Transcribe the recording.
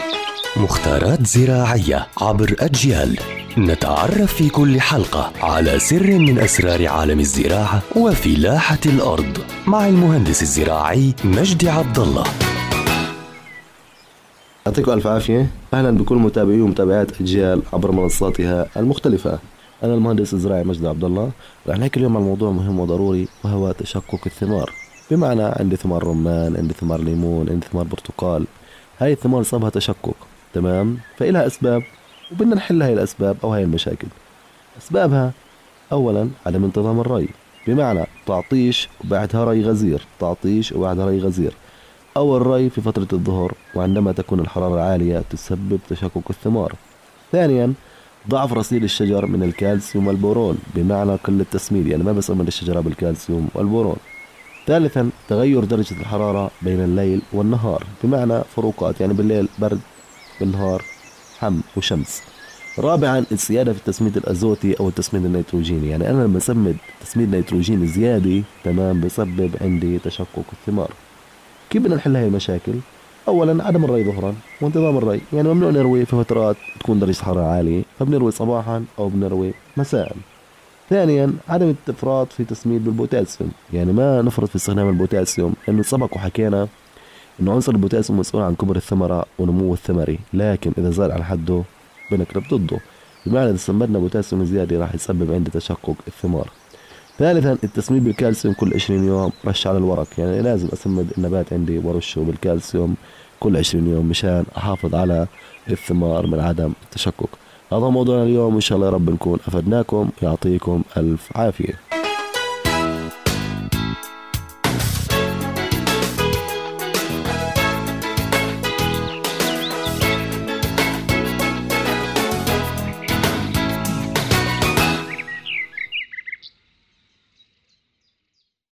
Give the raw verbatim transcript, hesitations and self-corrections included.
مختارات زراعية عبر أجيال، نتعرف في كل حلقة على سر من أسرار عالم الزراعة وفلاحة الأرض مع المهندس الزراعي مجدي عبد الله. يعطيكم ألف عافية. أهلا بكل متابعي ومتابعات أجيال عبر منصاتها المختلفة. أنا المهندس الزراعي مجدي عبد الله. رح نحكي اليوم عن موضوع مهم وضروري، وهو تشقق الثمار. بمعنى عندي ثمار رمان، عندي ثمار ليمون، عندي ثمار برتقال. هاي الثمار صابها تشقق، تمام؟ فإلها أسباب وبدنا نحل هاي الأسباب أو هاي المشاكل. أسبابها أولا عدم انتظام الري، بمعنى تعطيش وبعدها ري غزير، تعطيش وبعدها ري غزير، أو الري في فترة الظهر وعندما تكون الحرارة عالية تسبب تشقق الثمار. ثانيا ضعف رصيد الشجر من الكالسيوم والبورون، بمعنى قلة تسميد، يعني ما بسمد الشجرة بالكالسيوم والبورون. ثالثا تغير درجة الحرارة بين الليل والنهار، بمعنى فروقات، يعني بالليل برد بالنهار حم وشمس. رابعا الزيادة في التسميد الأزوتي أو التسميد النيتروجيني، يعني أنا لما أسمد تسميد نيتروجيني زيادة تمام بسبب عندي تشقق الثمار. كيف بدنا نحل هاي المشاكل؟ أولا عدم الري ظهرا وانتظام الري، يعني ممنوع نروي في فترات تكون درجة الحرارة عالية، فبنروي صباحا أو بنروي مساء. ثانيا عدم الإفراط في تسميد بالبوتاسيوم، يعني ما نفرط في استخدام البوتاسيوم، لأنه سبق وحكينا إنه عنصر البوتاسيوم مسؤول عن كبر الثمرة ونمو الثمري، لكن إذا زاد عن حده بنكرب ضده، بمعنى إذا سمدنا بوتاسيوم زيادة راح يسبب عندي تشقق الثمار. ثالثا التسميد بالكالسيوم كل عشرين يوم، رش على الورق، يعني لازم أسمد النبات عندي ورشه بالكالسيوم كل عشرين يوم مشان أحافظ على الثمار من عدم التشقق. هذا موضوعنا اليوم، إن شاء الله يا رب نكون أفدناكم. يعطيكم ألف عافية.